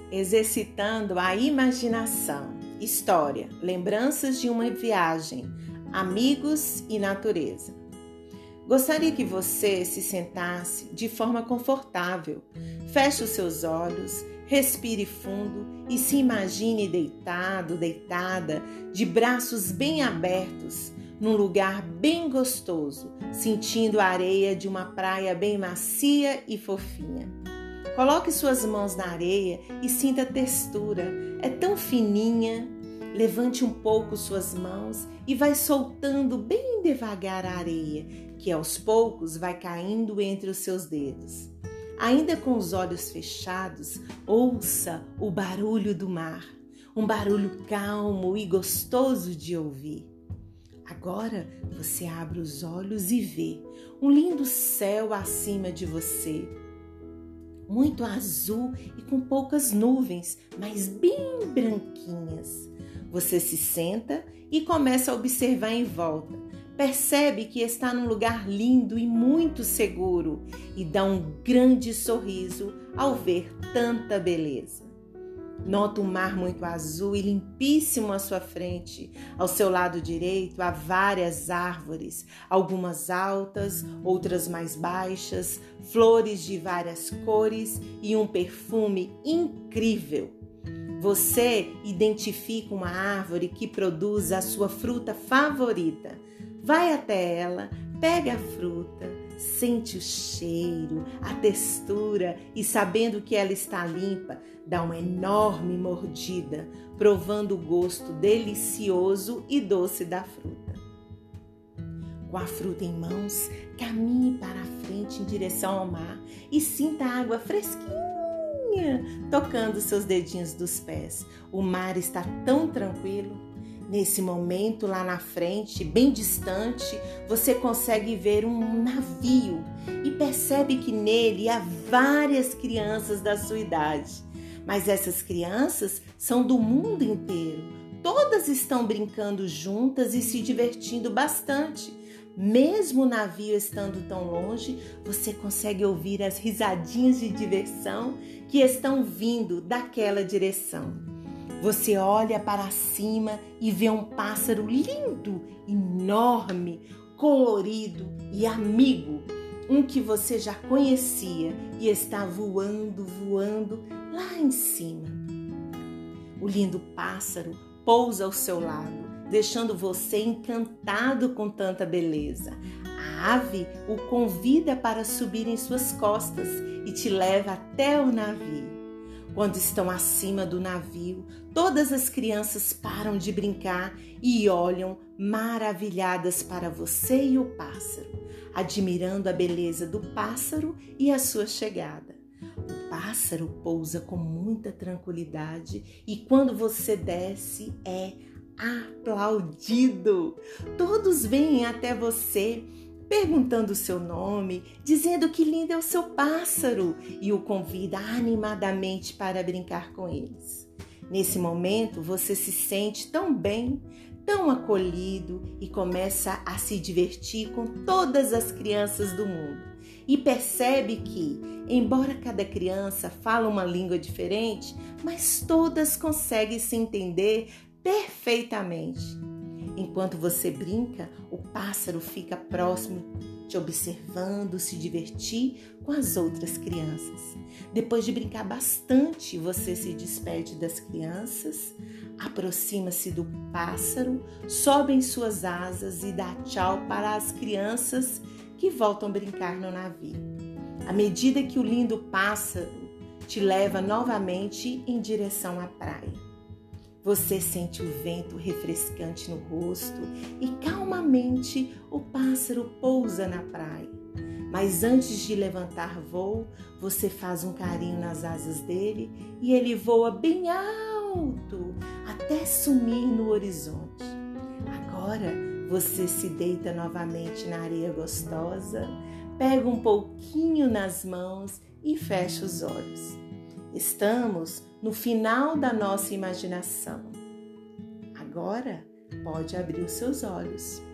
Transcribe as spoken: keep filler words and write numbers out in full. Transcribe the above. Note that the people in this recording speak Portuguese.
Exercitando a imaginação. História, lembranças de uma viagem, amigos e natureza. Gostaria que você se sentasse de forma confortável. Feche os seus olhos, respire fundo e se imagine deitado, deitada, de braços bem abertos, num lugar bem gostoso, sentindo a areia de uma praia bem macia e fofinha. Coloque suas mãos na areia e sinta a textura. É tão fininha. Levante um pouco suas mãos e vai soltando bem devagar a areia, que aos poucos vai caindo entre os seus dedos. Ainda com os olhos fechados, ouça o barulho do mar, um barulho calmo e gostoso de ouvir. Agora você abre os olhos e vê um lindo céu acima de você, muito azul e com poucas nuvens, mas bem branquinhas. Você se senta e começa a observar em volta. Percebe que está num lugar lindo e muito seguro e dá um grande sorriso ao ver tanta beleza. Nota um mar muito azul e limpíssimo à sua frente. Ao seu lado direito há várias árvores, algumas altas, outras mais baixas, flores de várias cores e um perfume incrível. Você identifica uma árvore que produz a sua fruta favorita. Vai até ela, pega a fruta, sente o cheiro, a textura e, sabendo que ela está limpa, dá uma enorme mordida, provando o gosto delicioso e doce da fruta. Com a fruta em mãos, caminhe para a frente em direção ao mar e sinta a água fresquinha tocando seus dedinhos dos pés. O mar está tão tranquilo. Nesse momento, lá na frente, bem distante, você consegue ver um navio e percebe que nele há várias crianças da sua idade. Mas essas crianças são do mundo inteiro. Todas estão brincando juntas e se divertindo bastante. Mesmo o navio estando tão longe, você consegue ouvir as risadinhas de diversão que estão vindo daquela direção. Você olha para cima e vê um pássaro lindo, enorme, colorido e amigo, um que você já conhecia e está voando, voando lá em cima. O lindo pássaro pousa ao seu lado, deixando você encantado com tanta beleza. A ave o convida para subir em suas costas e te leva até o navio. Quando estão acima do navio, todas as crianças param de brincar e olham maravilhadas para você e o pássaro, admirando a beleza do pássaro e a sua chegada. O pássaro pousa com muita tranquilidade e quando você desce é aplaudido. Todos vêm até você, perguntando o seu nome, dizendo que lindo é o seu pássaro e o convida animadamente para brincar com eles. Nesse momento, você se sente tão bem, tão acolhido e começa a se divertir com todas as crianças do mundo. E percebe que, embora cada criança fale uma língua diferente, mas todas conseguem se entender perfeitamente. Enquanto você brinca, o pássaro fica próximo, te observando, se divertir com as outras crianças. Depois de brincar bastante, você se despede das crianças, aproxima-se do pássaro, sobe em suas asas e dá tchau para as crianças que voltam a brincar no navio. À medida que o lindo pássaro te leva novamente em direção à praia. Você sente o vento refrescante no rosto e calmamente o pássaro pousa na praia. Mas antes de levantar voo, você faz um carinho nas asas dele e ele voa bem alto até sumir no horizonte. Agora você se deita novamente na areia gostosa, pega um pouquinho nas mãos e fecha os olhos. Estamos no final da nossa imaginação. Agora pode abrir os seus olhos.